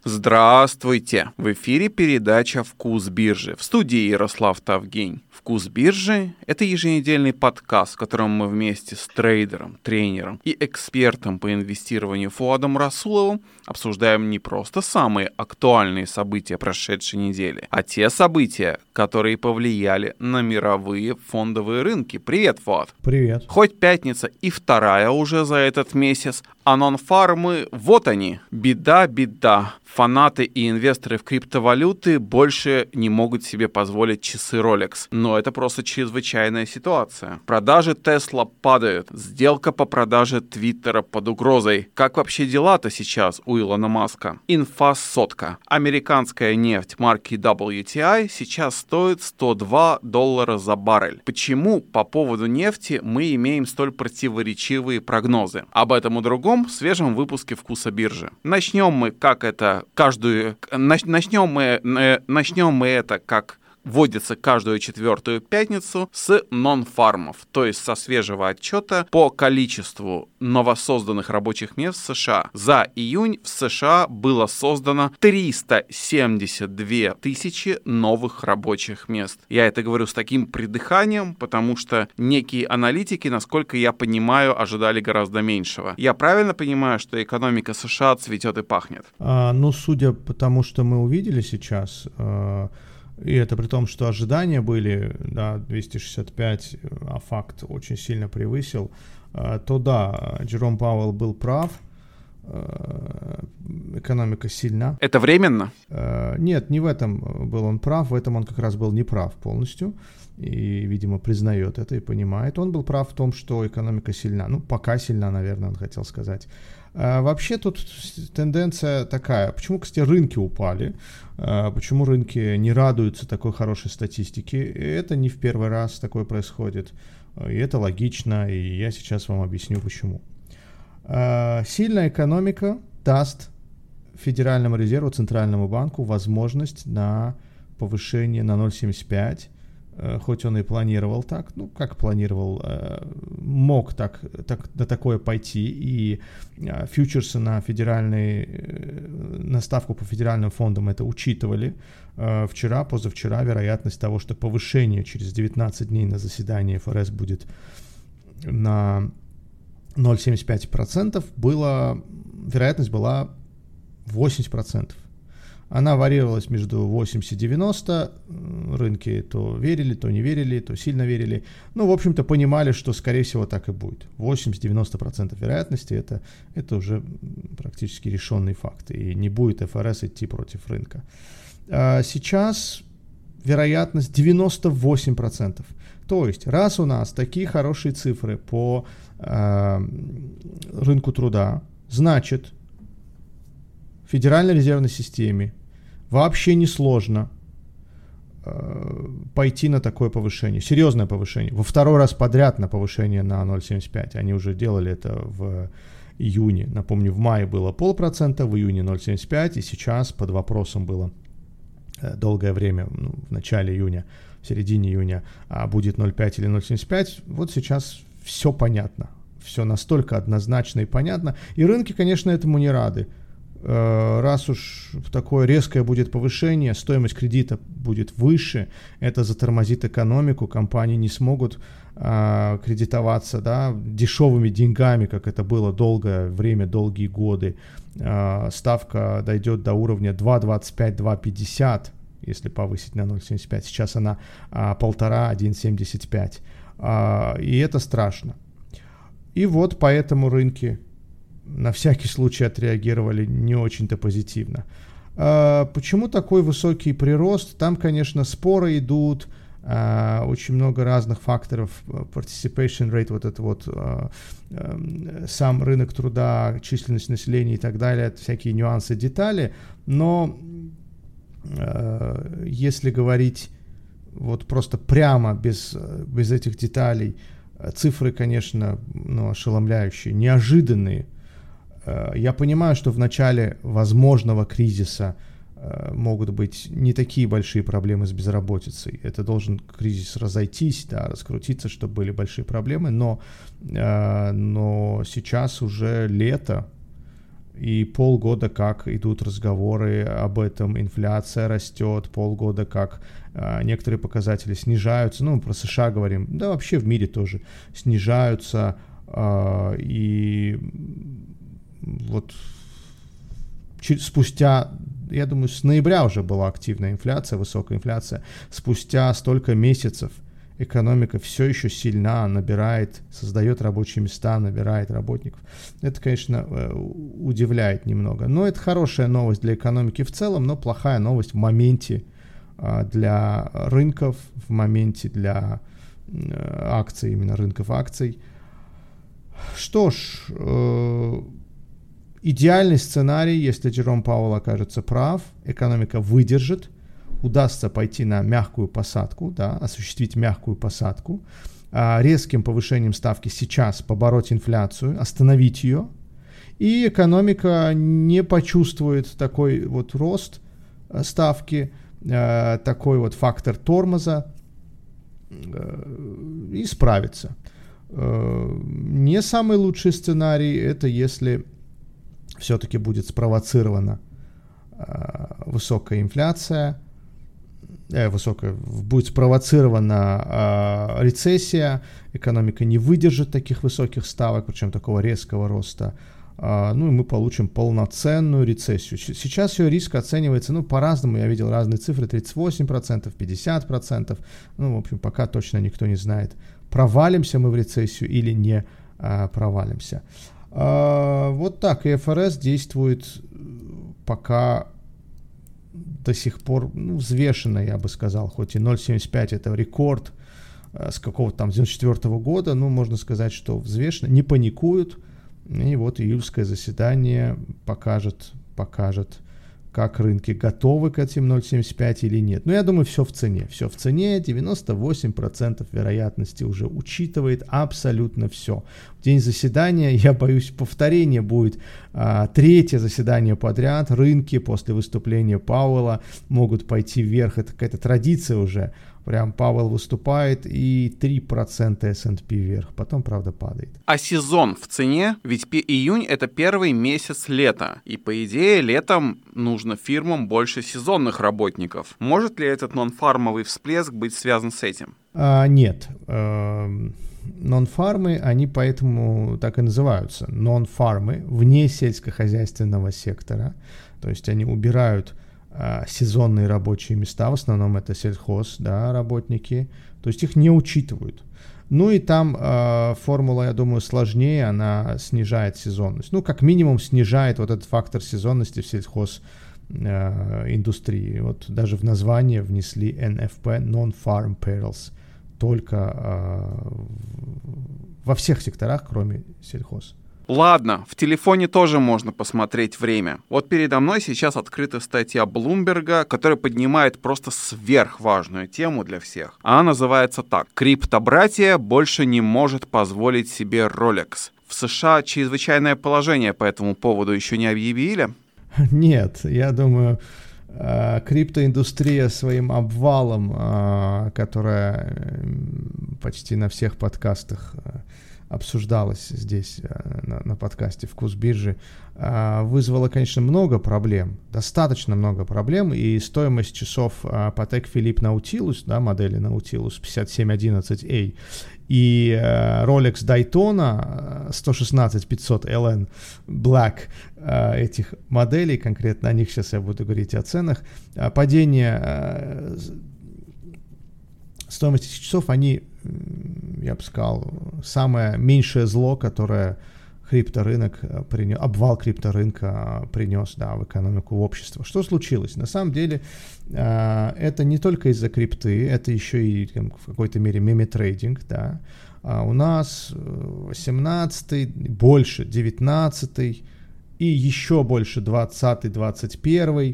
Здравствуйте! В эфире передача «Вкус биржи». В студии Ярослав Тавгень. «Вкус биржи» — это еженедельный подкаст, в котором мы вместе с трейдером, тренером и экспертом по инвестированию Фуадом Расуловым обсуждаем не просто самые актуальные события прошедшей недели, а те события, которые повлияли на мировые фондовые рынки. Привет, Фуад! Привет! Хоть пятница и вторая уже за этот месяц, а нон-фармы вот они. Беда. Фанаты и инвесторы в криптовалюты больше не могут себе позволить часы Rolex. Но это просто чрезвычайная ситуация. Продажи Tesla падают. Сделка по продаже Твиттера под угрозой. Как вообще дела-то сейчас у Илона Маска? Инфа сотка. Американская нефть марки WTI сейчас стоит $102 за баррель. Почему по поводу нефти мы имеем столь противоречивые прогнозы? Об этом и другом в свежем выпуске «Вкуса биржи». Начнем мы это как вводится каждую четвертую пятницу с нон-фармов, то есть со свежего отчета по количеству новосозданных рабочих мест в США. За июнь в США было создано 372 тысячи новых рабочих мест. Я это говорю с таким придыханием, потому что некие аналитики, насколько я понимаю, ожидали гораздо меньшего. Я правильно понимаю, что экономика США цветет и пахнет? Судя по тому, что мы увидели сейчас, и это при том, что ожидания были, 265, а факт очень сильно превысил, то да, Джером Пауэлл был прав, экономика сильна. Это временно? Нет, не в этом был он прав, в этом он как раз был неправ полностью, и, видимо, признает это и понимает. Он был прав в том, что экономика сильна, пока сильна, наверное, он хотел сказать. Вообще тут тенденция такая, почему, кстати, рынки упали, почему рынки не радуются такой хорошей статистике, это не в первый раз такое происходит, и это логично, и я сейчас вам объясню почему. Сильная экономика даст Федеральному резерву, Центральному банку возможность на повышение на 0,75, хоть он и планировал так, как планировал, мог на такое пойти, и фьючерсы на ставку по федеральным фондам это учитывали. Вчера, позавчера вероятность того, что повышение через 19 дней на заседании ФРС будет на 0,75%, вероятность была 80%. Она варьировалась между 80 и 90, рынки то верили, то не верили, то сильно верили. В общем-то, понимали, что, скорее всего, так и будет. 80-90% вероятности это уже практически решенный факт, и не будет ФРС идти против рынка. Сейчас вероятность 98%. То есть, раз у нас такие хорошие цифры по рынку труда, значит, в Федеральной резервной системе вообще несложно пойти на такое повышение, серьезное повышение. Во второй раз подряд на повышение на 0,75. Они уже делали это в июне. Напомню, в мае было 0,5%, в июне 0,75, и сейчас под вопросом было долгое время, в начале июня, в середине июня, а будет 0,5 или 0,75. Вот сейчас все понятно, все настолько однозначно и понятно. И рынки, конечно, этому не рады. Раз уж такое резкое будет повышение, стоимость кредита будет выше, это затормозит экономику, компании не смогут кредитоваться дешевыми деньгами, как это было долгое время, долгие годы. Ставка дойдет до уровня 2,25, 2,50, если повысить на 0,75. Сейчас она 1,5, 1,75. И это страшно. И вот поэтому рынки на всякий случай отреагировали не очень-то позитивно. Почему такой высокий прирост? Там, конечно, споры идут, очень много разных факторов, participation rate, сам рынок труда, численность населения и так далее, это всякие нюансы, детали, но если говорить просто прямо, без этих деталей, цифры, конечно, ошеломляющие, неожиданные. Я понимаю, что в начале возможного кризиса могут быть не такие большие проблемы с безработицей. Это должен кризис разойтись, раскрутиться, чтобы были большие проблемы, но сейчас уже лето, И полгода как идут разговоры об этом, инфляция растет, полгода как некоторые показатели снижаются, ну, про США говорим, да вообще в мире тоже снижаются, и вот спустя, я думаю, с ноября уже была активная инфляция, высокая инфляция, спустя столько месяцев экономика все еще сильна, набирает, создает рабочие места, набирает работников. Это, конечно, удивляет немного. Но это хорошая новость для экономики в целом, но плохая новость в моменте для рынков, в моменте для акций, именно рынков акций. Что ж, идеальный сценарий, если Джером Пауэлл окажется прав, экономика выдержит, удастся пойти на мягкую посадку, да, осуществить мягкую посадку, резким повышением ставки сейчас побороть инфляцию, остановить ее, и экономика не почувствует такой вот рост ставки, такой вот фактор тормоза, и справится. Не самый лучший сценарий — это если все-таки будет спровоцирована высокая инфляция, будет спровоцирована рецессия, экономика не выдержит таких высоких ставок, причем такого резкого роста, ну и мы получим полноценную рецессию. Сейчас ее риск оценивается, ну, по-разному, я видел разные цифры, 38%, 50%, ну, в общем, пока точно никто не знает, провалимся мы в рецессию или не провалимся. Вот так, и ФРС действует пока до сих пор, ну, взвешенно, я бы сказал, хоть и 0,75 это рекорд с какого-то там 94 года, ну, можно сказать, что взвешенно, не паникуют, и вот июльское заседание покажет, как рынки готовы к этим 0,75 или нет. Но я думаю, все в цене, 98% вероятности уже учитывает абсолютно все. В день заседания, я боюсь, повторение будет, третье заседание подряд, рынки после выступления Пауэлла могут пойти вверх, это какая-то традиция уже, прям Пауэлл выступает и 3% S&P вверх, потом, правда, падает. А сезон в цене? Ведь июнь — это первый месяц лета, и, по идее, летом нужно фирмам больше сезонных работников. Может ли этот нон-фармовый всплеск быть связан с этим? Нет. Нон-фармы, они поэтому так и называются. Нон-фармы, вне сельскохозяйственного сектора, то есть они убирают сезонные рабочие места, в основном это сельхоз, да, работники, то есть их не учитывают. Ну и там формула, я думаю, сложнее, она снижает сезонность. Ну, как минимум, снижает вот этот фактор сезонности в сельхоз индустрии. Вот даже в название внесли NFP, Non-Farm Payrolls, только во всех секторах, кроме сельхоз. Ладно, в телефоне тоже можно посмотреть время. Вот передо мной сейчас открыта статья Bloomberg, которая поднимает просто сверхважную тему для всех. Она называется так: «Криптобратья больше не может позволить себе Rolex». В США чрезвычайное положение по этому поводу еще не объявили? Нет, я думаю, криптоиндустрия своим обвалом, которая почти на всех подкастах обсуждалось здесь на подкасте «Вкус биржи», вызвало, конечно, много проблем, достаточно много проблем, и стоимость часов Patek Philippe Nautilus, да, модели Nautilus 5711A, и Rolex Daytona 116-500 LN Black, этих моделей, конкретно о них сейчас я буду говорить о ценах, падение стоимости этих часов, они, я бы сказал, самое меньшее зло, которое крипторынок принес, обвал крипторынка принес, да, в экономику, в общество. Что случилось? На самом деле это не только из-за крипты, это еще и в какой-то мере меме-трейдинг, да. У нас 18-й, больше 19-й и еще больше 20-й, 21-й.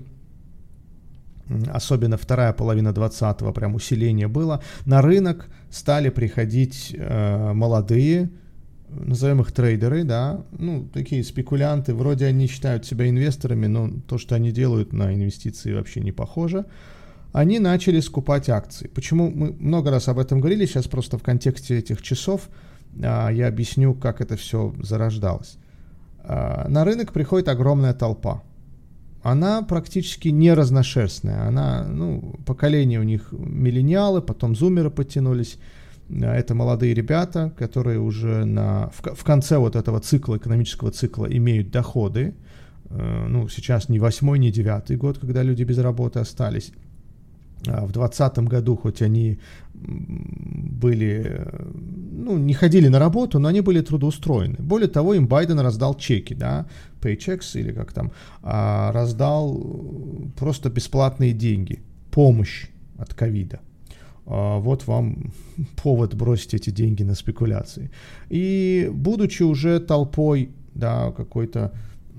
Особенно вторая половина 20-го, прям усиление было. На рынок стали приходить молодые, назовем их трейдеры, да, ну, такие спекулянты, вроде они считают себя инвесторами, но то, что они делают на инвестиции, вообще не похоже. Они начали скупать акции. Почему? Мы много раз об этом говорили, сейчас просто в контексте этих часов я объясню, как это все зарождалось. на рынок приходит огромная толпа. Она практически не разношерстная. Поколение у них миллениалы, потом зумеры подтянулись. Это молодые ребята, которые уже в конце вот этого цикла, экономического цикла, имеют доходы. Сейчас не 8-й, не 9-й год, когда люди без работы остались. В 2020 году, хоть они были, не ходили на работу, но они были трудоустроены. Более того, им Байден раздал чеки, да, paychecks или как там, раздал просто бесплатные деньги, помощь от ковида. Вот вам повод бросить эти деньги на спекуляции. И будучи уже толпой, да, какой-то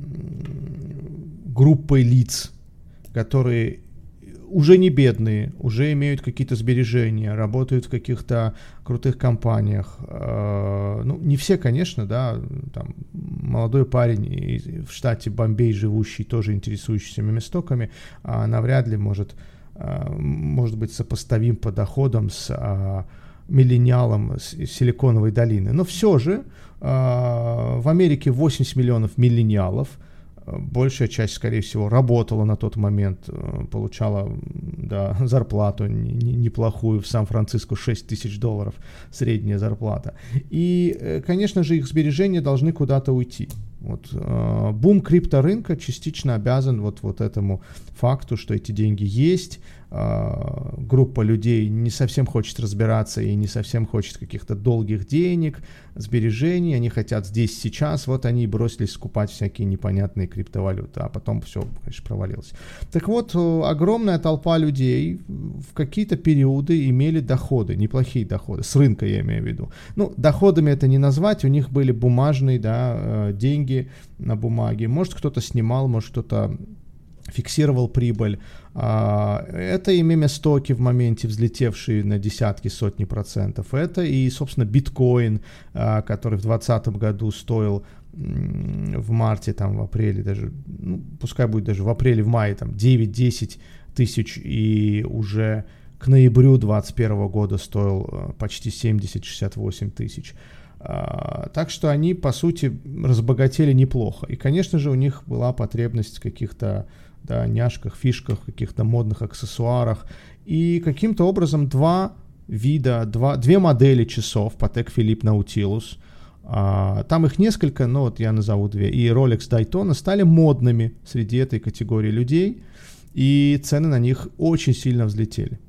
группой лиц, которые уже не бедные, уже имеют какие-то сбережения, работают в каких-то крутых компаниях. Не все, конечно, да, там молодой парень в штате Бомбей живущий, тоже интересующийся меместоками, навряд ли может быть сопоставим по доходам с миллениалом из Силиконовой долины. Но все же в Америке 80 миллионов миллениалов. Большая часть, скорее всего, работала на тот момент, получала зарплату неплохую, в Сан-Франциско $6,000 средняя зарплата. И, конечно же, их сбережения должны куда-то уйти. Бум крипторынка частично обязан вот этому факту, что эти деньги есть. Группа людей не совсем хочет разбираться и не совсем хочет каких-то долгих денег, сбережений, они хотят здесь, сейчас, вот они и бросились скупать всякие непонятные криптовалюты, а потом все, конечно, провалилось. Так вот, огромная толпа людей в какие-то периоды имели доходы, неплохие доходы, с рынка я имею в виду. Доходами это не назвать, у них были бумажные, деньги на бумаге, может кто-то снимал, может кто-то фиксировал прибыль. Это и меместоки в моменте, взлетевшие на десятки, сотни процентов. Это и, собственно, биткоин, который в 2020 году стоил в марте, в апреле даже, пускай будет даже в апреле, в мае, 9-10 тысяч, и уже к ноябрю 2021 года стоил почти 70-68 тысяч. Так что они, по сути, разбогатели неплохо. И, конечно же, у них была потребность в каких-то няшках, фишках, каких-то модных аксессуарах. И каким-то образом две модели часов Patek Philippe Nautilus, там их несколько, но я назову две, и Rolex Daytona стали модными среди этой категории людей, и цены на них очень сильно взлетели.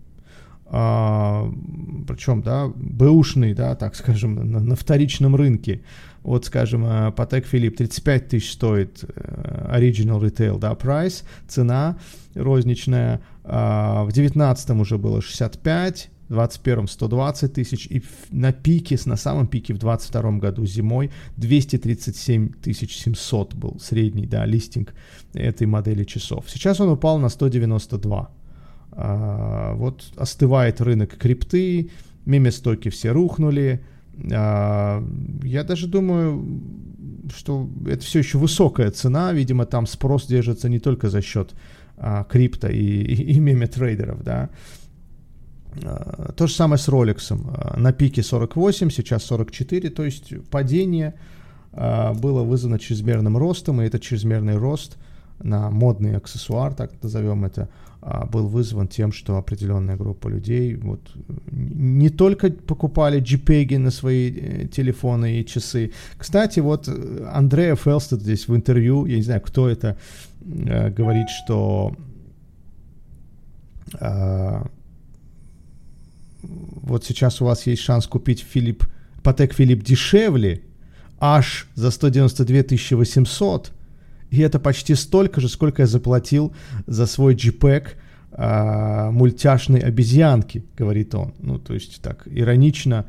Причем, бэушный, так скажем, на вторичном рынке. Вот, скажем, Patek Philippe 35 тысяч стоит original retail, price, цена розничная. В 19-м уже было 65, в 21-м 120 тысяч, и на самом пике в 22-м году зимой 237 700 был средний, листинг этой модели часов. Сейчас он упал на 192. Вот остывает рынок крипты, меместоки все рухнули. Я даже думаю, что это все еще высокая цена. Видимо, там спрос держится не только за счет крипто и меме-трейдеров, То же самое с Rolex. На пике 48, сейчас 44. То есть падение было вызвано чрезмерным ростом, и этот чрезмерный рост на модный аксессуар, так назовем это, был вызван тем, что определенная группа людей не только покупали JPEG на свои телефоны и часы. Кстати, Андреа Фелстед здесь в интервью, я не знаю, кто это, говорит, что вот сейчас у вас есть шанс купить Patek Philippe дешевле, аж за 192 800, и это почти столько же, сколько я заплатил за свой JPEG мультяшной обезьянки, говорит он. То есть так иронично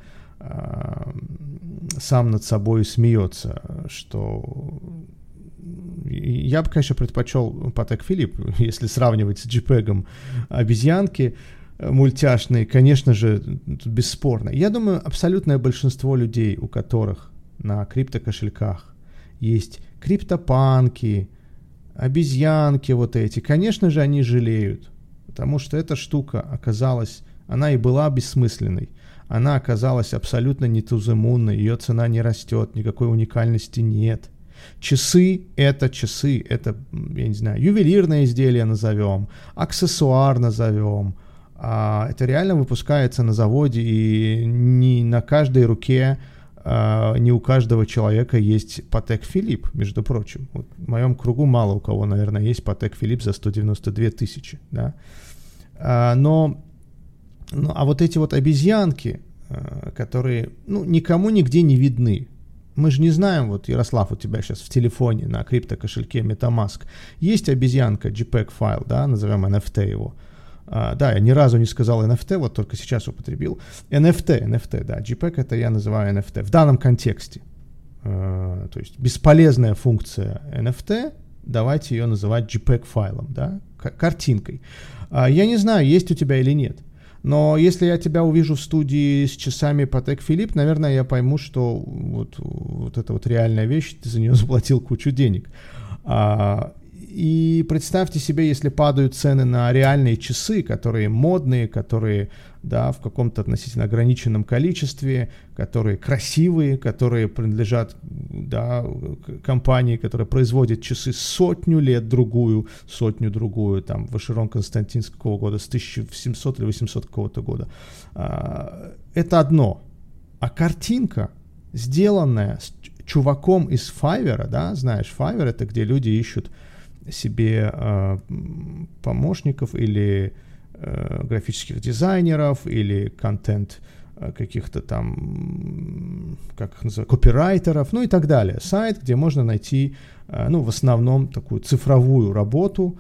сам над собой смеется, что я бы, конечно, предпочел Patek Philippe, если сравнивать с JPEG обезьянки мультяшной, конечно же, бесспорно. Я думаю, абсолютное большинство людей, у которых на криптокошельках есть криптопанки, обезьянки эти, конечно же, они жалеют, потому что эта штука оказалась, она и была бессмысленной, она оказалась абсолютно не to the moon, ее цена не растет, никакой уникальности нет. Часы, это, я не знаю, ювелирное изделие назовем, аксессуар назовем. Это реально выпускается на заводе, и не на каждой руке, не у каждого человека есть Patek Philippe, между прочим. Вот в моем кругу мало у кого, наверное, есть Patek Philippe за 192 тысячи, да. А вот эти вот обезьянки, которые, никому нигде не видны. Мы же не знаем, вот, Ярослав, у тебя сейчас в телефоне на криптокошельке MetaMask есть обезьянка, JPEG-файл, да, назовем NFT его. Да, я ни разу не сказал NFT, вот только сейчас употребил. NFT, да, JPEG это я называю NFT в данном контексте. То есть бесполезная функция NFT, давайте ее называть JPEG-файлом, да, картинкой. Я не знаю, есть у тебя или нет. Но если я тебя увижу в студии с часами Patek Philippe, наверное, я пойму, что вот это вот реальная вещь, ты за нее заплатил кучу денег. И представьте себе, если падают цены на реальные часы, которые модные, которые, да, в каком-то относительно ограниченном количестве, которые красивые, которые принадлежат, да, компании, которая производит часы сотню лет другую, там, Vacheron Constantin с какого года, с 1700 или 800 какого-то года. Это одно. А картинка, сделанная с чуваком из Fiverr, да, знаешь, Fiverr — это где люди ищут себе помощников или графических дизайнеров или контент каких-то там, как их называют, копирайтеров, и так далее. Сайт, где можно найти, в основном такую цифровую работу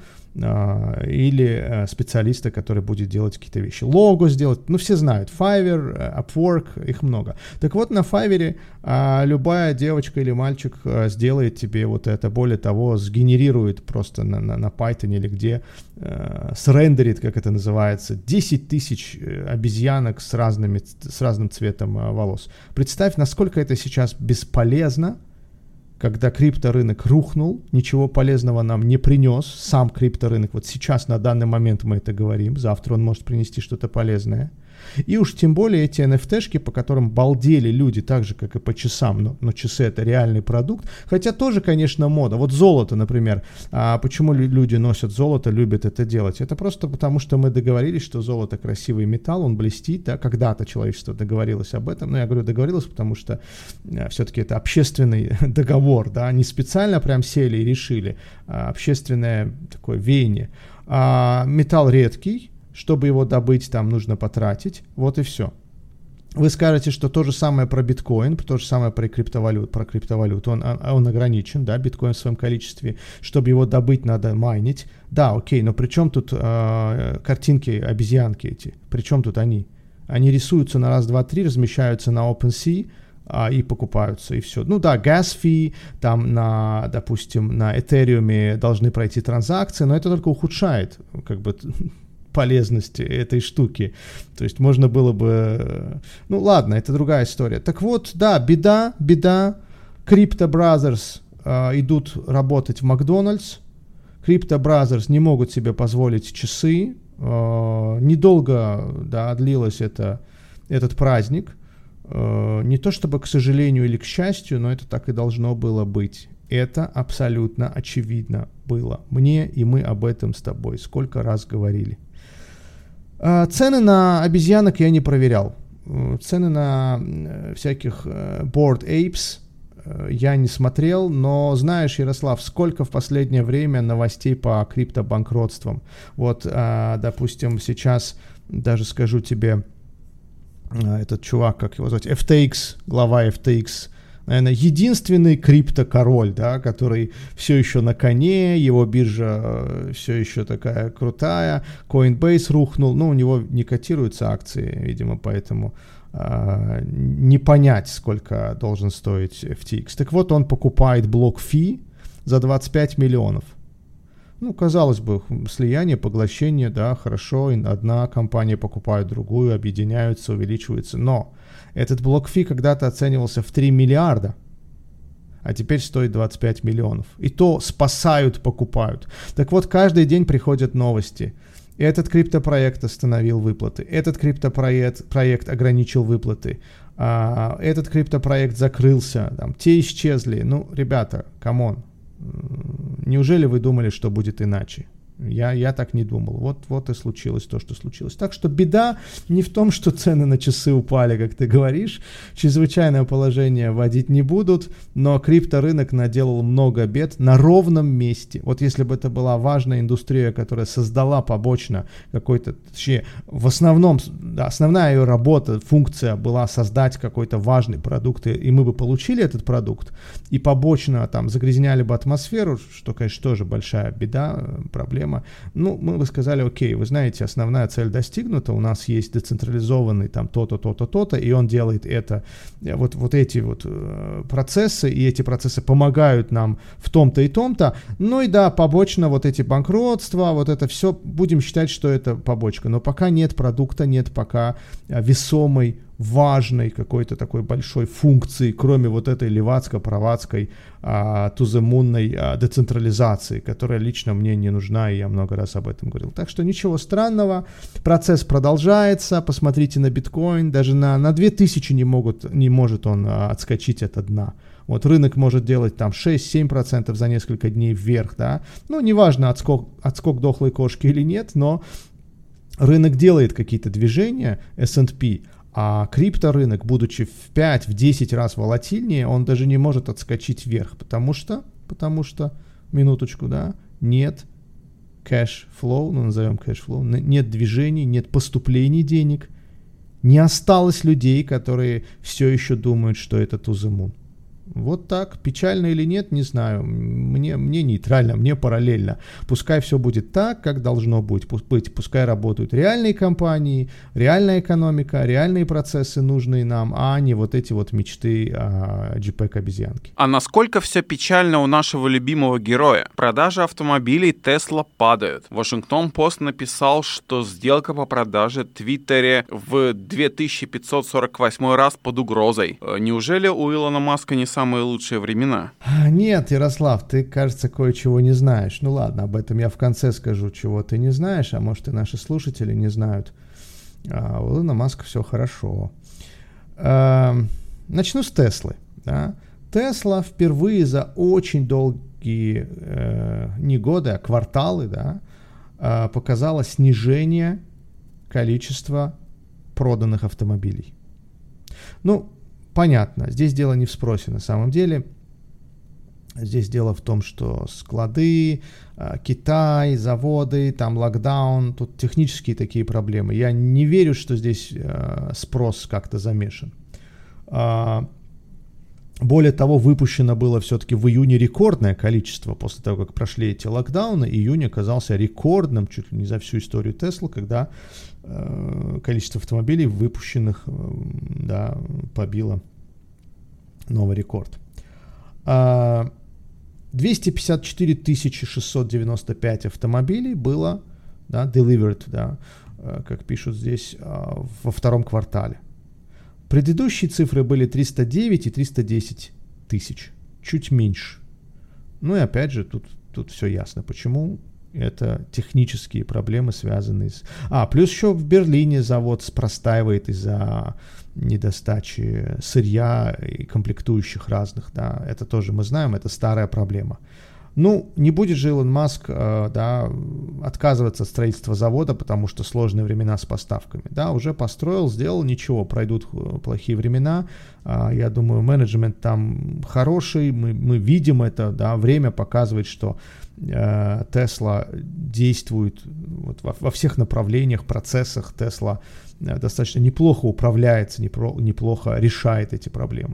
или специалиста, который будет делать какие-то вещи. Лого сделать, все знают, Fiverr, Upwork, их много. Так вот, на Fiverr любая девочка или мальчик сделает тебе вот это, более того, сгенерирует просто на Python или где, срендерит, как это называется, 10 тысяч обезьянок с разным цветом волос. Представь, насколько это сейчас бесполезно, когда крипторынок рухнул, ничего полезного нам не принес, сам крипторынок, вот сейчас, на данный момент мы это говорим, завтра он может принести что-то полезное. И уж тем более эти NFT-шки, по которым балдели люди, так же, как и по часам, но часы — это реальный продукт, хотя тоже, конечно, мода. Вот золото, например. Почему люди носят золото, любят это делать? Это просто потому, что мы договорились, что золото — красивый металл, он блестит, да? Когда-то человечество договорилось об этом, я говорю договорилось, потому что все-таки это общественный договор, да, не специально прям сели и решили, общественное такое веяние. Металл редкий, чтобы его добыть, там нужно потратить, вот и все. Вы скажете, что то же самое про биткоин, то же самое про криптовалюту, он ограничен, да, биткоин в своем количестве, чтобы его добыть, надо майнить. Да, окей, но при чем тут картинки, обезьянки эти, при чем тут они? Они рисуются на раз, два, три, размещаются на OpenSea, и покупаются, и все. Да, gas fee, там, допустим, на Ethereum должны пройти транзакции, но это только ухудшает, полезности этой штуки. То есть можно было бы... ладно, это другая история. Так вот, да, беда. Crypto Brothers идут работать в Макдональдс. Crypto Brothers не могут себе позволить часы. Недолго, да, длилось этот праздник. Не то чтобы, к сожалению или к счастью, но это так и должно было быть. Это абсолютно очевидно было мне, и мы об этом с тобой сколько раз говорили. Цены на обезьянок я не проверял. Цены на всяких Bored Apes я не смотрел, но знаешь, Ярослав, сколько в последнее время новостей по криптобанкротствам. Вот, допустим, сейчас даже скажу тебе, этот чувак, как его зовут, FTX, глава FTX, наверное, единственный криптокороль, да, который все еще на коне, его биржа все еще такая крутая, Coinbase рухнул, у него не котируются акции, видимо, поэтому не понять, сколько должен стоить FTX. Так вот, он покупает BlockFi за 25 миллионов. Казалось бы, слияние, поглощение, да, хорошо, одна компания покупает другую, объединяются, увеличиваются, но этот BlockFi когда-то оценивался в 3 миллиарда, а теперь стоит 25 миллионов. И то спасают, покупают. Так вот, каждый день приходят новости. Этот криптопроект остановил выплаты, этот криптопроект ограничил выплаты. этот криптопроект закрылся, там, те исчезли. Ну, ребята, камон, неужели вы думали, что будет иначе? Я так не думал. Вот и случилось то, что случилось. Так что беда не в том, что цены на часы упали, как ты говоришь. Чрезвычайное положение вводить не будут, но крипторынок наделал много бед на ровном месте. Вот если бы это была важная индустрия, которая создала побочно какой-то, точнее, в основном, да, основная ее работа, функция была создать какой-то важный продукт, и мы бы получили этот продукт, и побочно там загрязняли бы атмосферу, что, конечно, тоже большая беда, проблема. Ну, мы бы сказали, окей, вы знаете, основная цель достигнута, у нас есть децентрализованный там то-то, то-то, то-то, и он делает это, вот эти вот процессы, и эти процессы помогают нам в том-то и том-то. Ну и да, побочно вот эти банкротства, вот это все, будем считать, что это побочка. Но пока нет продукта, нет пока весомой, важной какой-то такой большой функции, кроме вот этой левацко-правацкой туземунной децентрализации, которая лично мне не нужна, и я много раз об этом говорил. Так что ничего странного, процесс продолжается, посмотрите на биткоин, даже на 2000 не может он отскочить от дна. Вот рынок может делать там 6-7% за несколько дней вверх, да, ну неважно отскок дохлой кошки или нет, но рынок делает какие-то движения, S&P, а крипторынок, будучи в 5-10 раз волатильнее, он даже не может отскочить вверх, потому что, минуточку, да, нет кэш-флоу, ну назовем кэш-флоу, нет движений, нет поступлений денег, не осталось людей, которые все еще думают, что это to the moon. Вот так, печально или нет, не знаю, мне нейтрально, мне параллельно. Пускай все будет так, как должно быть, пускай работают реальные компании, реальная экономика, реальные процессы, нужные нам, а не вот эти вот мечты JPEG-обезьянки. А насколько все печально у нашего любимого героя? Продажи автомобилей Tesla падают. Washington-Post написал, что сделка по продаже Твиттере в 2548 раз под угрозой. Неужели у Илона Маска не самые лучшие времена? Нет, Ярослав, ты, кажется, кое-чего не знаешь. Ну ладно, об этом я в конце скажу, чего ты не знаешь, а может и наши слушатели не знают. У Илона Маска все хорошо. Начну с Теслы. Да? Тесла впервые за очень долгие, не годы, а кварталы, да, показала снижение количества проданных автомобилей. Ну, понятно, здесь дело не в спросе на самом деле. Здесь дело в том, что склады, Китай, заводы, там локдаун, тут технические такие проблемы. Я не верю, что здесь спрос как-то замешан. Более того, выпущено было все-таки в июне рекордное количество. После того, как прошли эти локдауны, июнь оказался рекордным чуть ли не за всю историю Tesla, когда количество автомобилей, выпущенных, да, побило новый рекорд. 254 695 автомобилей было, да, delivered, да, как пишут здесь, во втором квартале. Предыдущие цифры были 309 и 310 тысяч, чуть меньше. Ну и опять же, тут все ясно, почему. Это технические проблемы, связанные с... плюс еще в Берлине завод простаивает из-за недостачи сырья и комплектующих разных, да, это тоже мы знаем, это старая проблема. Ну, не будет же Илон Маск, да, отказываться от строительства завода, потому что сложные времена с поставками. Да, уже построил, сделал, ничего, пройдут плохие времена. Я думаю, менеджмент там хороший, мы видим это, да, время показывает, что Tesla действует вот во всех направлениях, процессах. Tesla достаточно неплохо управляется, неплохо решает эти проблемы.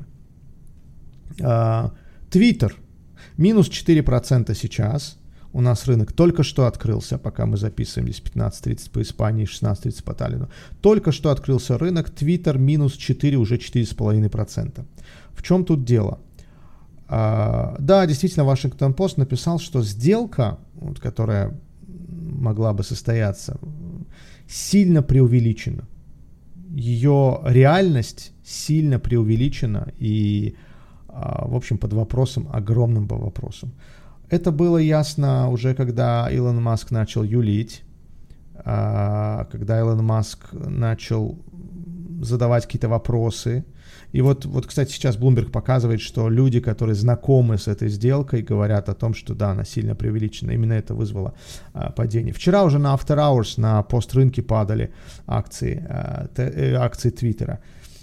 Twitter. Минус 4% сейчас. У нас рынок только что открылся, пока мы записываем здесь 15.30 по Испании, 16.30 по Таллину. Только что открылся рынок, Twitter минус 4, уже 4,5%. В чем тут дело? Да, действительно, Washington-Post написал, что сделка, вот, которая могла бы состояться, сильно преувеличена. Ее реальность сильно преувеличена и, в общем, под вопросом, огромным по вопросам. Это было ясно уже, когда Илон Маск начал юлить, когда Илон Маск начал задавать какие-то вопросы, И вот, кстати, сейчас Bloomberg показывает, что люди, которые знакомы с этой сделкой, говорят о том, что да, она сильно преувеличена. Именно это вызвало падение. Вчера уже на After Hours, на пострынке падали акции Твиттера.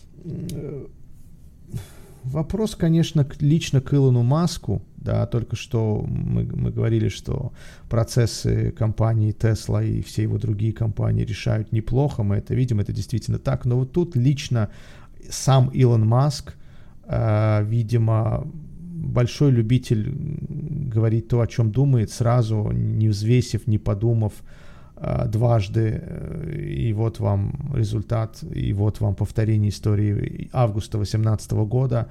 Вопрос, конечно, лично к Илону Маску. Да, только что мы говорили, что процессы компании Tesla и все его другие компании решают неплохо. Мы это видим, это действительно так. Но вот тут лично сам Илон Маск, видимо, большой любитель говорить то, о чем думает, сразу, не взвесив, не подумав дважды. И вот вам результат, и вот вам повторение истории августа 2018 года.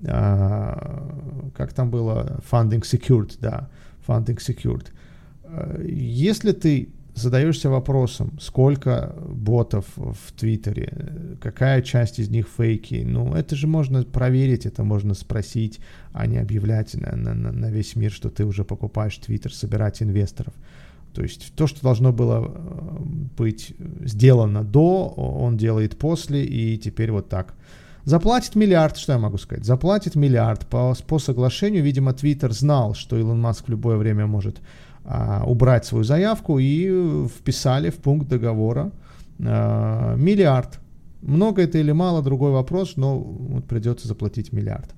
Как там было? Funding secured, да. Funding secured. Если ты задаешься вопросом, сколько ботов в Твиттере, какая часть из них фейки, ну, это же можно проверить, это можно спросить, а не объявлять на весь мир, что ты уже покупаешь Твиттер, собирать инвесторов. То есть то, что должно было быть сделано до, он делает после, и теперь вот так. Заплатит миллиард, что я могу сказать? Заплатит миллиард. По соглашению, видимо, Твиттер знал, что Илон Маск в любое время может убрать свою заявку, и вписали в пункт договора миллиард. Много это или мало, другой вопрос, но вот придется заплатить миллиард.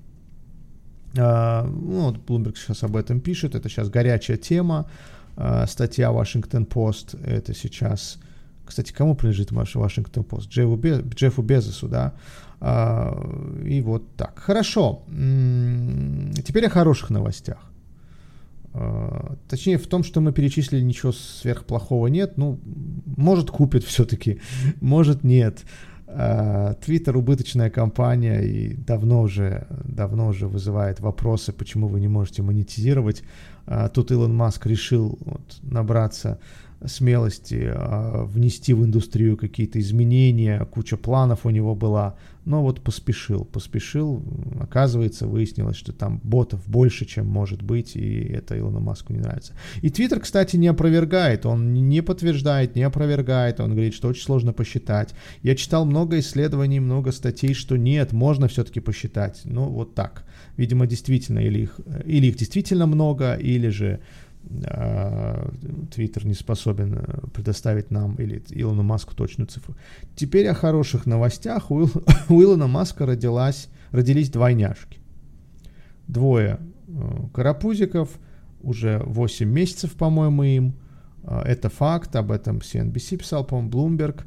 Вот Bloomberg сейчас об этом пишет, это сейчас горячая тема. Статья Washington Post, это сейчас, кстати, кому принадлежит Washington Post? Джеффу Безосу, да? И вот так. Хорошо. Теперь о хороших новостях. Точнее, в том, что мы перечислили, ничего сверхплохого нет. Ну, может, купят все-таки, может, нет. Twitter убыточная компания и давно уже вызывает вопросы, почему вы не можете монетизировать. Тут Илон Маск решил набраться смелости, внести в индустрию какие-то изменения, куча планов у него была, но вот поспешил, оказывается, выяснилось, что там ботов больше, чем может быть, и это Илону Маску не нравится. И Twitter, кстати, не опровергает, он не подтверждает, не опровергает, он говорит, что очень сложно посчитать. Я читал много исследований, много статей, что нет, можно все-таки посчитать, ну вот так. Видимо, действительно, или их действительно много, или же Твиттер не способен предоставить нам или Илону Маску точную цифру. Теперь о хороших новостях. У Илона Маска родились двойняшки. Двое карапузиков, уже 8 месяцев, по-моему, им. Это факт, об этом CNBC писал, по-моему, Bloomberg.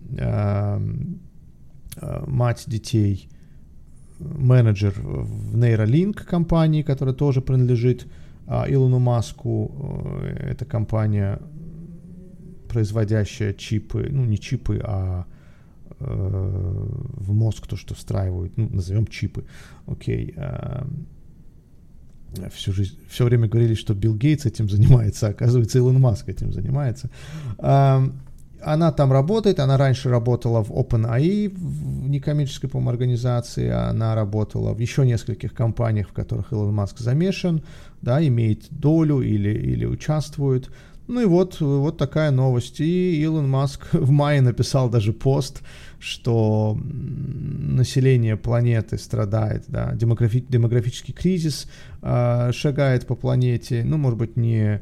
Мать детей, менеджер в Neuralink компании, которая тоже принадлежит Илону Маску. Это компания, производящая чипы, ну не чипы, а в мозг то, что встраивают, ну назовем чипы. Окей. Все время говорили, что Билл Гейтс этим занимается, оказывается, Илон Маск этим занимается. Она там работает, она раньше работала в OpenAI, в некоммерческой, по-моему, организации, она работала в еще нескольких компаниях, в которых Илон Маск замешан, да, имеет долю или участвует. Ну и вот такая новость. И Илон Маск в мае написал даже пост, что население планеты страдает, да, демографический кризис шагает по планете, ну, может быть, не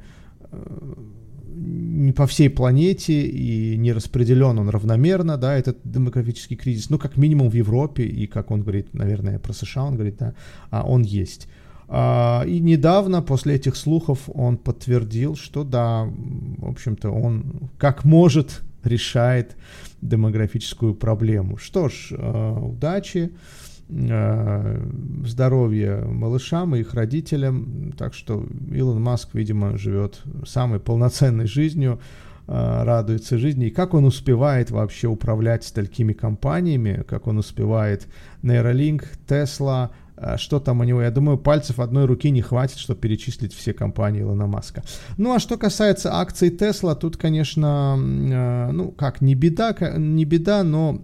по всей планете и не распределен он равномерно, да, этот демографический кризис, ну, как минимум в Европе, и, как он говорит, наверное, про США он говорит, да, он есть. И недавно, после этих слухов, он подтвердил, что, да, в общем-то, он как может решает демографическую проблему. Что ж, удачи, здоровья малышам и их родителям. Так что Илон Маск, видимо, живет самой полноценной жизнью, радуется жизни. И как он успевает вообще управлять столькими компаниями, как он успевает Neuralink, Tesla, что там у него, я думаю, пальцев одной руки не хватит, чтобы перечислить все компании Илона Маска. Ну, а что касается акций Tesla, тут, конечно, ну, как, не беда, но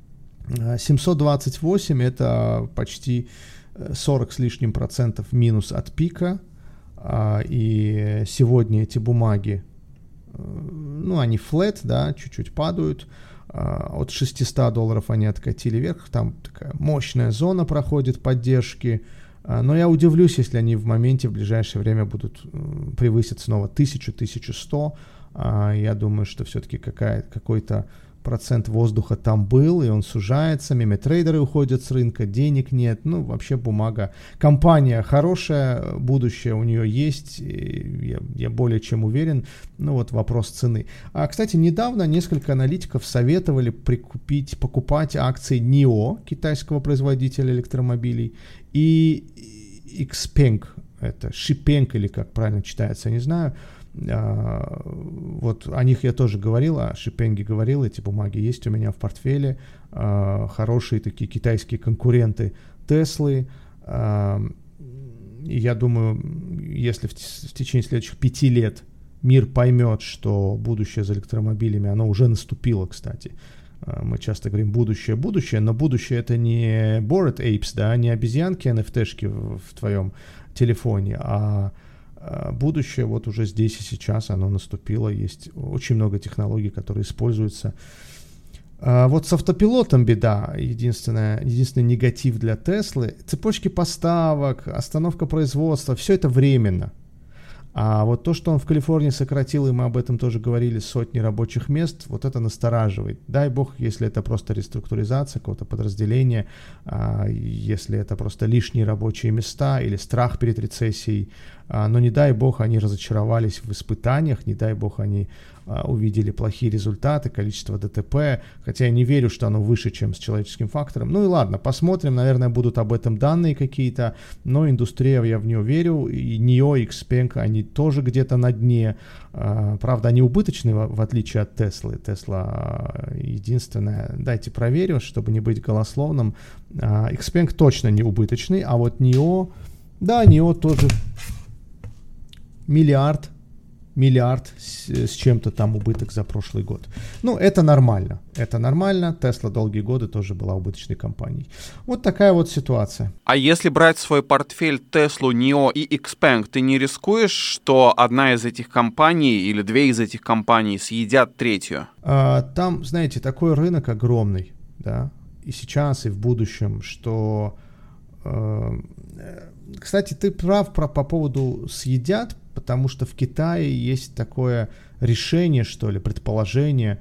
728 это почти 40 с лишним процентов минус от пика, и сегодня эти бумаги ну, они flat, да, чуть-чуть падают. От $600 они откатили вверх. Там такая мощная зона проходит поддержки. Но я удивлюсь, если они в моменте в ближайшее время будут превысить снова 1000-1100. Я думаю, что все-таки какой-то процент воздуха там был, и он сужается, меме-трейдеры уходят с рынка, денег нет, ну, вообще бумага. Компания хорошая, будущее у нее есть, я более чем уверен, ну, вот вопрос цены. Кстати, недавно несколько аналитиков советовали покупать акции NIO, китайского производителя электромобилей, и XPeng, это Xipeng или как правильно читается, я не знаю. Вот о них я тоже говорил, о Xipeng говорил, эти бумаги есть у меня в портфеле, хорошие такие китайские конкуренты Теслы. И я думаю, если в течение следующих 5 лет мир поймет, что будущее за электромобилями, оно уже наступило, кстати. Мы часто говорим будущее, но будущее это не Bored Apes, да, не обезьянки NFT-шки в твоем телефоне, а будущее вот уже здесь и сейчас, оно наступило, есть очень много технологий, которые используются. Вот с автопилотом беда, единственный негатив для Теслы, цепочки поставок, остановка производства, все это временно. А вот то, что он в Калифорнии сократил, и мы об этом тоже говорили, сотни рабочих мест, вот это настораживает. Дай бог, если это просто реструктуризация какого-то подразделения, если это просто лишние рабочие места или страх перед рецессией, но не дай бог они разочаровались в испытаниях, не дай бог они увидели плохие результаты, количество ДТП, хотя я не верю, что оно выше, чем с человеческим фактором. Ну и ладно, посмотрим, наверное, будут об этом данные какие-то, но индустрия, я в нее верю, и NIO, и XPeng, они тоже где-то на дне, правда, они убыточны, в отличие от Теслы. Тесла единственная, дайте проверю, чтобы не быть голословным, XPeng точно не убыточный, а вот NIO, да, NIO тоже миллиард с чем-то там убыток за прошлый год. Ну, это нормально. Тесла долгие годы тоже была убыточной компанией. Вот такая вот ситуация. А если брать в свой портфель Теслу, NIO и XPeng, ты не рискуешь, что одна из этих компаний или две из этих компаний съедят третью? Там, знаете, такой рынок огромный, да, и сейчас, и в будущем, что... Кстати, ты прав по поводу съедят, потому что в Китае есть такое решение, что ли, предложение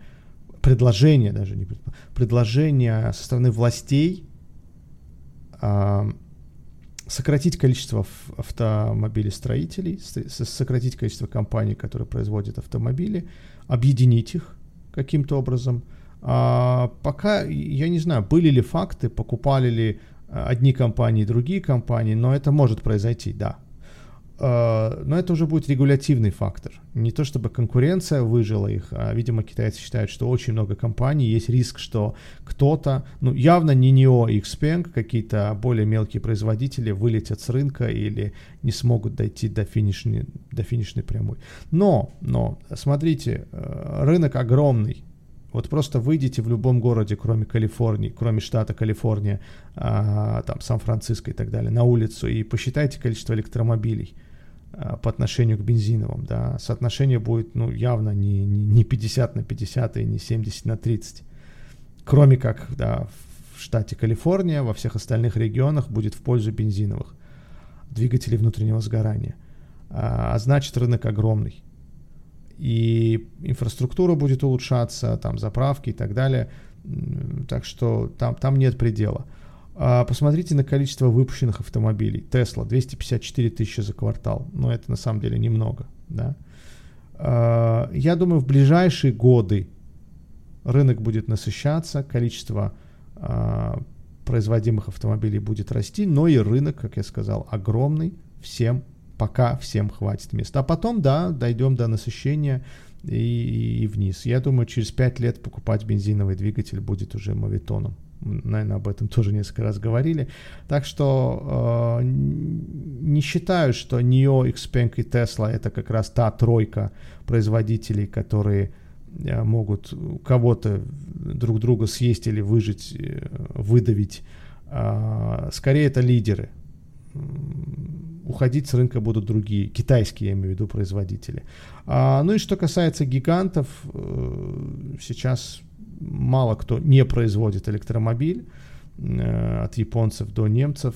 со стороны властей сократить количество автомобилестроителей, сократить количество компаний, которые производят автомобили, объединить их каким-то образом. Пока, я не знаю, были ли факты, покупали ли одни компании, другие компании, но это может произойти, да. Но это уже будет регулятивный фактор. Не то чтобы конкуренция выжила их, а, видимо, китайцы считают, что очень много компаний, есть риск, что кто-то, ну, явно не NIO и XPeng, какие-то более мелкие производители вылетят с рынка или не смогут дойти до финишной прямой. Но, смотрите, рынок огромный. Вот просто выйдите в любом городе, кроме Калифорнии, кроме штата Калифорния, там Сан-Франциско и так далее, на улицу и посчитайте количество электромобилей по отношению к бензиновым, да, соотношение будет, ну, явно не 50 на 50 и не 70 на 30. Кроме как, да, в штате Калифорния, во всех остальных регионах будет в пользу бензиновых двигателей внутреннего сгорания. А значит, рынок огромный. И инфраструктура будет улучшаться, там заправки и так далее. Так что там нет предела. Посмотрите на количество выпущенных автомобилей. Tesla 254 тысячи за квартал. Но это на самом деле немного. Да? Я думаю, в ближайшие годы рынок будет насыщаться, количество производимых автомобилей будет расти, но и рынок, как я сказал, огромный, пока всем хватит места. А потом, да, дойдем до насыщения и вниз. Я думаю, через 5 лет покупать бензиновый двигатель будет уже моветоном. Наверное, об этом тоже несколько раз говорили. Так что не считаю, что NIO, XPeng и Tesla это как раз та тройка производителей, которые могут кого-то друг друга съесть или выжить, выдавить. Скорее, это лидеры. уходить с рынка будут другие, китайские, я имею в виду, производители. Ну и что касается гигантов, сейчас мало кто не производит электромобиль, от японцев до немцев.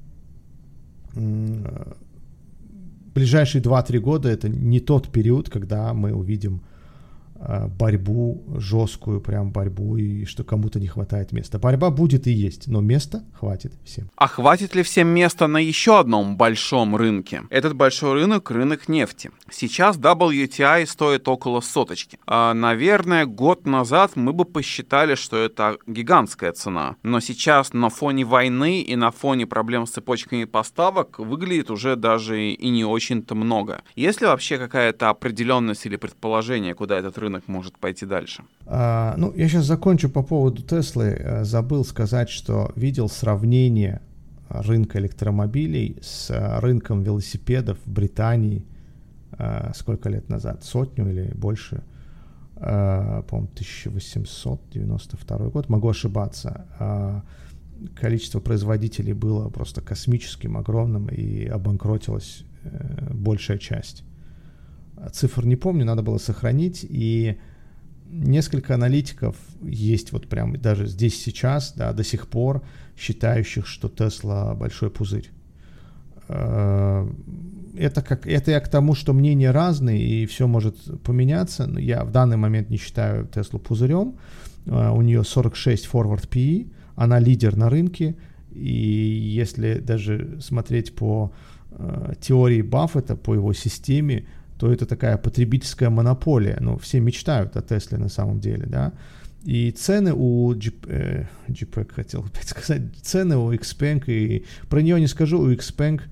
Ближайшие 2-3 года это не тот период, когда мы увидим борьбу, жесткую прям борьбу, и что кому-то не хватает места. Борьба будет и есть, но места хватит всем. А хватит ли всем места на еще одном большом рынке? Этот большой рынок — рынок нефти. Сейчас WTI стоит около соточки. Наверное, год назад мы бы посчитали, что это гигантская цена. Но сейчас на фоне войны и на фоне проблем с цепочками поставок выглядит уже даже и не очень-то много. Есть ли вообще какая-то определенность или предположение, куда этот рынок может пойти дальше? Я сейчас закончу по поводу Теслы. Забыл сказать, что видел сравнение рынка электромобилей с рынком велосипедов в Британии сколько лет назад? 100 или больше? По-моему, 1892 год. Могу ошибаться. Количество производителей было просто космическим, огромным, и обанкротилась большая часть. Цифр не помню, надо было сохранить, и несколько аналитиков есть вот прям даже здесь сейчас, да, до сих пор считающих, что Тесла большой пузырь. Это я к тому, что мнения разные, и все может поменяться. Но я в данный момент не считаю Теслу пузырем. У нее 46 forward PE, она лидер на рынке, и если даже смотреть по теории Баффета, по его системе, то это такая потребительская монополия. Все мечтают о Тесле на самом деле, да. И цены у JPEG, хотел опять сказать, цены у XPeng, и про нее не скажу, у XPeng,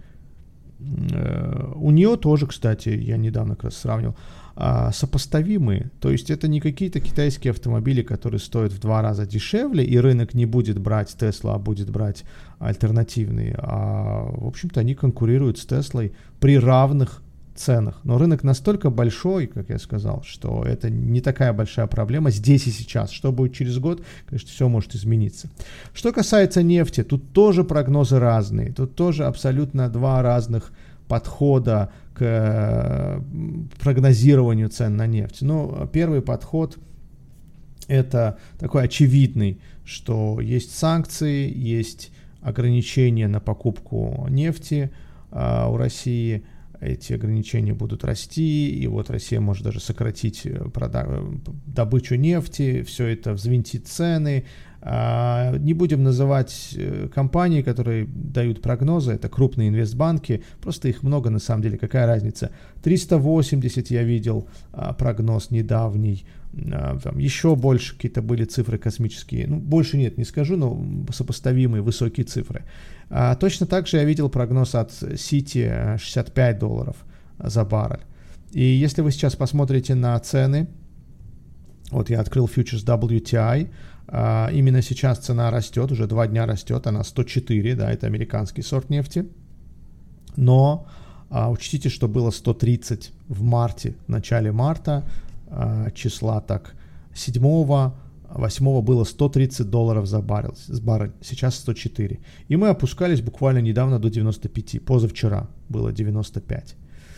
у нее тоже, кстати, я недавно как раз сравнивал, сопоставимые. То есть это не какие-то китайские автомобили, которые стоят в 2 раза дешевле, и рынок не будет брать Tesla, а будет брать альтернативные. В общем-то, они конкурируют с Теслой при равных ценах. Но рынок настолько большой, как я сказал, что это не такая большая проблема здесь и сейчас. Что будет через год, конечно, все может измениться. Что касается нефти, тут тоже прогнозы разные. Тут тоже абсолютно 2 разных подхода к прогнозированию цен на нефть. Первый подход это такой очевидный, что есть санкции, есть ограничения на покупку нефти у России. Эти ограничения будут расти, и вот Россия может даже сократить добычу нефти, все это взвинтит цены. Не будем называть компании, которые дают прогнозы, это крупные инвестбанки, просто их много на самом деле, какая разница. 380 я видел прогноз недавний, там еще больше какие-то были цифры космические, больше нет, не скажу, но сопоставимые высокие цифры. Точно так же я видел прогноз от Citi $65 за баррель. И если вы сейчас посмотрите на цены, вот я открыл фьючерс WTI, именно сейчас цена растет, уже 2 дня растет, она 104, да, это американский сорт нефти. Но учтите, что было 130 в марте, в начале марта, числа так 7-го, 8-го было $130 за баррель, сейчас 104. И мы опускались буквально недавно до 95, позавчера было 95.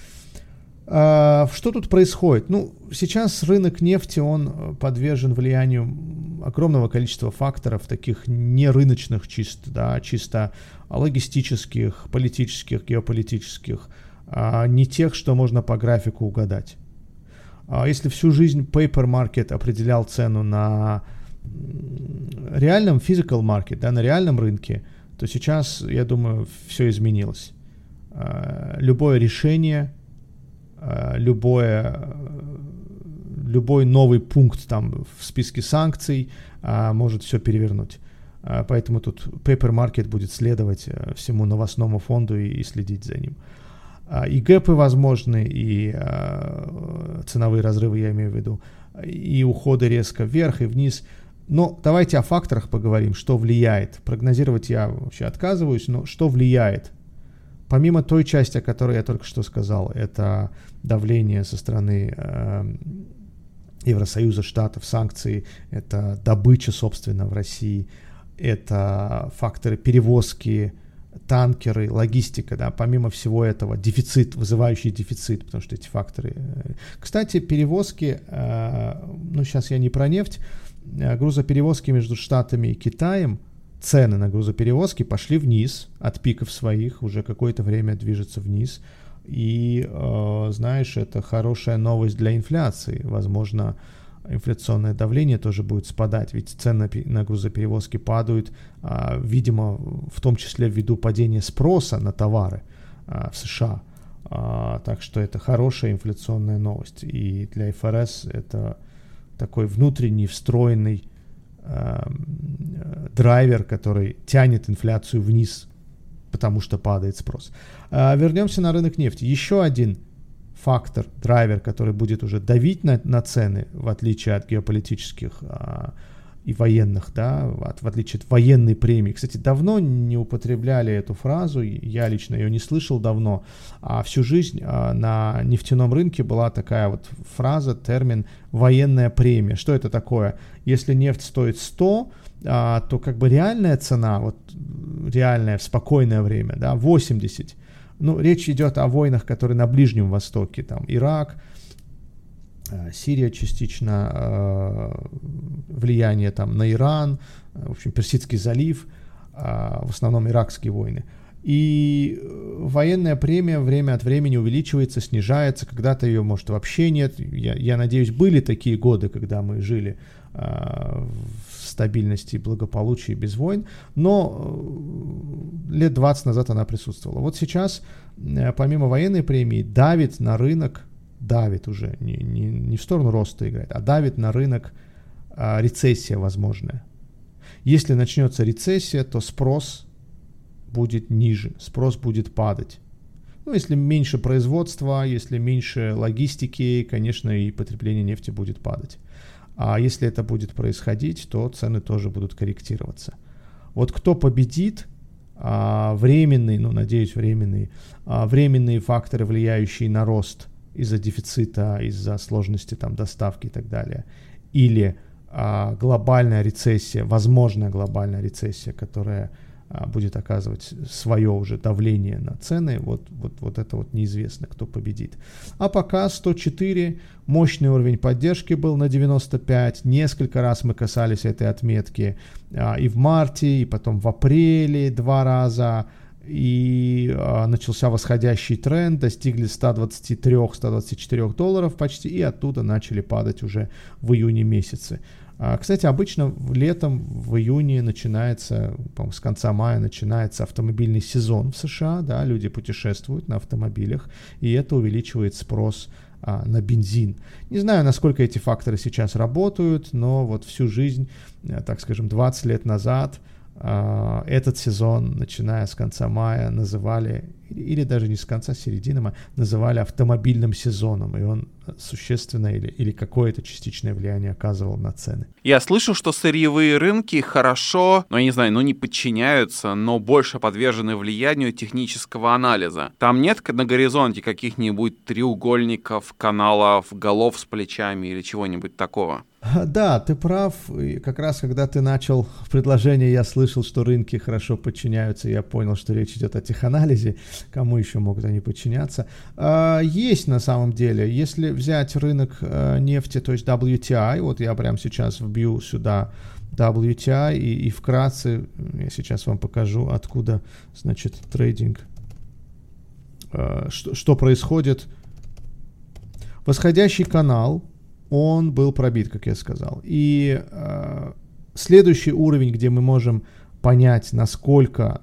Что тут происходит? Сейчас рынок нефти, он подвержен влиянию огромного количества факторов, таких нерыночных чисто логистических, политических, геополитических, не тех, что можно по графику угадать. Если всю жизнь paper market определял цену на реальном physical market, да, на реальном рынке, то сейчас, я думаю, все изменилось. Любое решение, любой новый пункт там в списке санкций может все перевернуть. Поэтому тут paper market будет следовать всему новостному фонду и следить за ним. И гэпы возможны, и ценовые разрывы, я имею в виду, и уходы резко вверх и вниз. Но давайте о факторах поговорим, что влияет. Прогнозировать я вообще отказываюсь, но что влияет? Помимо той части, о которой я только что сказал, это давление со стороны Евросоюза, Штатов, санкции, это добыча, собственно, в России, это факторы перевозки танкеры, логистика, да, помимо всего этого, дефицит, вызывающий дефицит, потому что эти факторы. Кстати, перевозки, сейчас я не про нефть, грузоперевозки между Штатами и Китаем, цены на грузоперевозки пошли вниз от пиков своих, уже какое-то время движется вниз. И, знаешь, это хорошая новость для инфляции. Возможно, инфляционное давление тоже будет спадать, ведь цены на грузоперевозки падают, видимо, в том числе ввиду падения спроса на товары в США. Так что это хорошая инфляционная новость. И для ФРС это такой внутренний встроенный драйвер, который тянет инфляцию вниз, потому что падает спрос. Вернемся на рынок нефти. Еще один фактор, драйвер, который будет уже давить на цены, в отличие от геополитических и военных, да, в отличие от военной премии. Кстати, давно не употребляли эту фразу, я лично ее не слышал давно, а всю жизнь на нефтяном рынке была такая вот фраза, термин «военная премия». Что это такое? Если нефть стоит 100, то как бы реальная цена, вот реальная в спокойное время, да, 80. Речь идет о войнах, которые на Ближнем Востоке, там Ирак, Сирия частично, влияние там на Иран, в общем, Персидский залив, в основном иракские войны. И военная премия время от времени увеличивается, снижается, когда-то ее, может, вообще нет. Я надеюсь, были такие годы, когда мы жили в стабильности, благополучии, без войн, но лет 20 назад она присутствовала. Вот сейчас, помимо военной премии, давит на рынок, давит уже, не в сторону роста играет, а давит на рынок рецессия возможная. Если начнется рецессия, то спрос будет ниже, спрос будет падать. Если меньше производства, если меньше логистики, конечно, и потребление нефти будет падать. А если это будет происходить, то цены тоже будут корректироваться. Вот кто победит, временные, надеюсь, временные факторы, влияющие на рост из-за дефицита, из-за сложности там, доставки и так далее, или глобальная рецессия, возможная глобальная рецессия, которая будет оказывать свое уже давление на цены, вот это вот неизвестно, кто победит. А пока 104, мощный уровень поддержки был на 95, несколько раз мы касались этой отметки и в марте, и потом в апреле 2 раза, и начался восходящий тренд, достигли $123-124 почти, и оттуда начали падать уже в июне месяце. Кстати, обычно летом, в июне начинается, по-моему, с конца мая начинается автомобильный сезон в США, да, люди путешествуют на автомобилях, и это увеличивает спрос на бензин. Не знаю, насколько эти факторы сейчас работают, но вот всю жизнь, так скажем, 20 лет назад этот сезон, начиная с конца мая, называли, или даже не с конца, с середины мая, называли автомобильным сезоном, и он существенное или какое-то частичное влияние оказывал на цены. Я слышу, что сырьевые рынки хорошо, я не знаю, не подчиняются, но больше подвержены влиянию технического анализа. Там нет на горизонте каких-нибудь треугольников, каналов, голов с плечами или чего-нибудь такого? Да, ты прав. И как раз когда ты начал предложение, я слышал, что рынки хорошо подчиняются, я понял, что речь идет о теханализе. Кому еще могут они подчиняться? Есть на самом деле. Если взять рынок нефти, то есть WTI, вот я прямо сейчас вбью сюда WTI и вкратце я сейчас вам покажу, откуда, значит, трейдинг, что происходит. Восходящий канал, он был пробит, как я сказал. И следующий уровень, где мы можем понять, насколько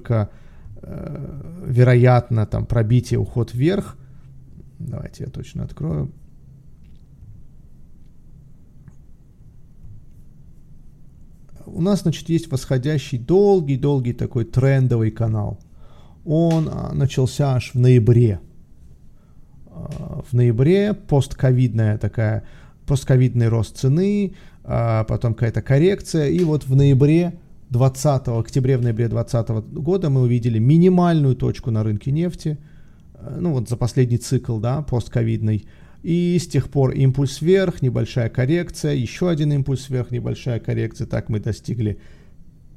вероятно там пробитие, уход вверх. Давайте я точно открою. У нас, значит, есть восходящий долгий такой трендовый канал. Он начался аж в ноябре. В ноябре постковидный рост цены, потом какая-то коррекция, и вот в ноябре 2020 года мы увидели минимальную точку на рынке нефти, за последний цикл, да, постковидный, и с тех пор импульс вверх, небольшая коррекция, еще один импульс вверх, небольшая коррекция, так мы достигли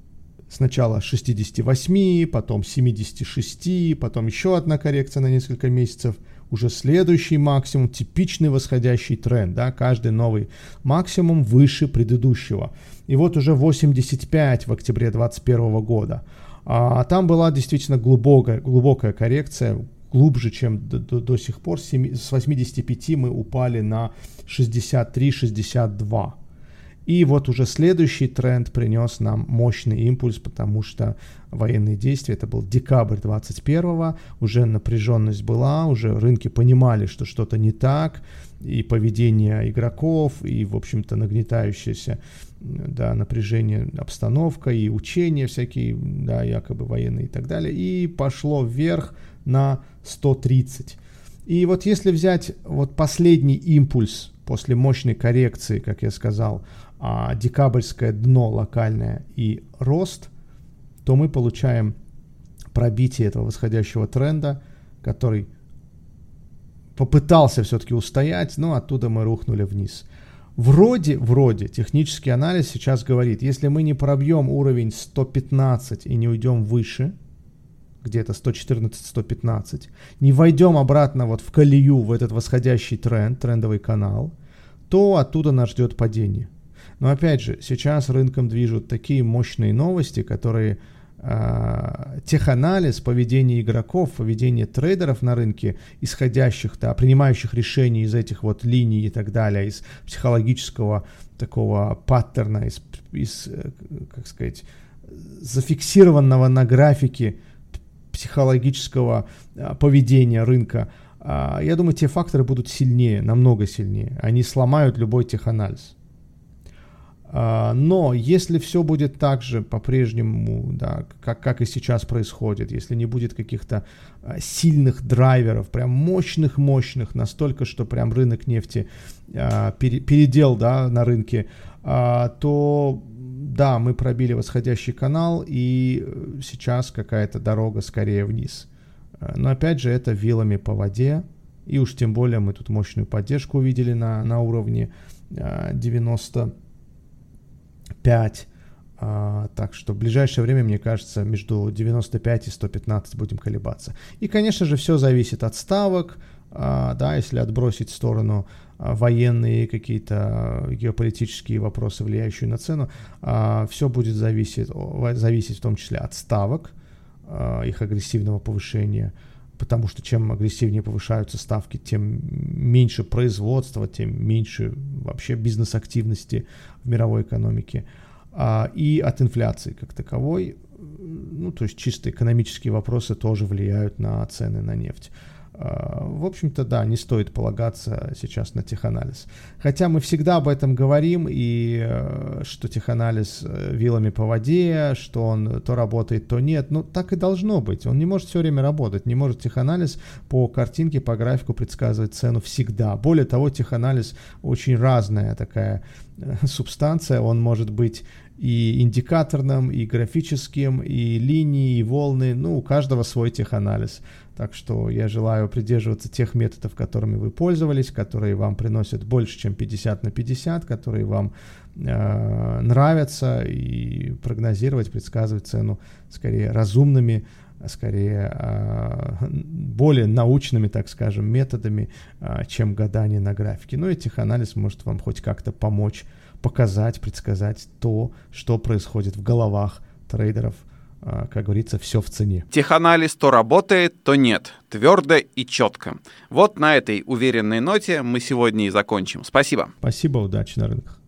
сначала 68, потом 76, потом еще одна коррекция на несколько месяцев, уже следующий максимум, типичный восходящий тренд, да, каждый новый максимум выше предыдущего. И вот уже 85 в октябре 2021 года. Там была действительно глубокая коррекция, глубже, чем до сих пор. С 85 мы упали на 63-62. И вот уже следующий тренд принес нам мощный импульс, потому что военные действия, это был декабрь 21-го, уже напряженность была, уже рынки понимали, что что-то не так, и поведение игроков, и, в общем-то, нагнетающееся, да, напряжение, обстановка, и учения всякие, да, якобы военные и так далее, и пошло вверх на 130. И вот если взять вот последний импульс после мощной коррекции, как я сказал, декабрьское дно локальное и рост, то мы получаем пробитие этого восходящего тренда, который попытался все-таки устоять, но оттуда мы рухнули вниз. Вроде технический анализ сейчас говорит, если мы не пробьем уровень 115 и не уйдем выше, где-то 114-115, не войдем обратно вот в колею, в этот восходящий тренд, трендовый канал, то оттуда нас ждет падение. Но опять же, сейчас рынком движут такие мощные новости, которые теханализ, поведение игроков, поведение трейдеров на рынке, исходящих, да, принимающих решения из этих вот линий и так далее, из психологического такого паттерна, из как сказать, зафиксированного на графике психологического поведения рынка, я думаю, те факторы будут сильнее, намного сильнее. Они сломают любой теханализ. Но если все будет так же по-прежнему, да, как и сейчас происходит, если не будет каких-то сильных драйверов, прям мощных, настолько, что прям рынок нефти передел, да, на рынке, то да, мы пробили восходящий канал, и сейчас какая-то дорога скорее вниз. Но опять же, это вилами по воде, и уж тем более мы тут мощную поддержку увидели на уровне 95. Так что в ближайшее время, мне кажется, между 95 и 115 будем колебаться. И, конечно же, все зависит от ставок, да, если отбросить в сторону военные какие-то геополитические вопросы, влияющие на цену, все будет зависеть в том числе от ставок, их агрессивного повышения, потому что чем агрессивнее повышаются ставки, тем меньше производства, тем меньше вообще бизнес-активности в мировой экономике, и от инфляции как таковой. Ну, то есть чисто экономические вопросы тоже влияют на цены на нефть. В общем-то, да, не стоит полагаться сейчас на теханализ. Хотя мы всегда об этом говорим, и что теханализ вилами по воде, что он то работает, то нет. Ну, так и должно быть. Он не может все время работать. Не может теханализ по картинке, по графику предсказывать цену всегда. Более того, теханализ очень разная такая субстанция. Он может быть и индикаторным, и графическим, и линии, и волны. Ну, у каждого свой теханализ. Так что я желаю придерживаться тех методов, которыми вы пользовались, которые вам приносят больше, чем 50/50, которые вам нравятся, и прогнозировать, предсказывать цену скорее разумными, скорее более научными, так скажем, методами, чем гадание на графике. Ну и теханализ может вам хоть как-то помочь, показать, предсказать то, что происходит в головах трейдеров. Как говорится, все в цене. Теханализ то работает, то нет. Твердо и четко. Вот на этой уверенной ноте мы сегодня и закончим. Спасибо. Спасибо, удачи на рынках.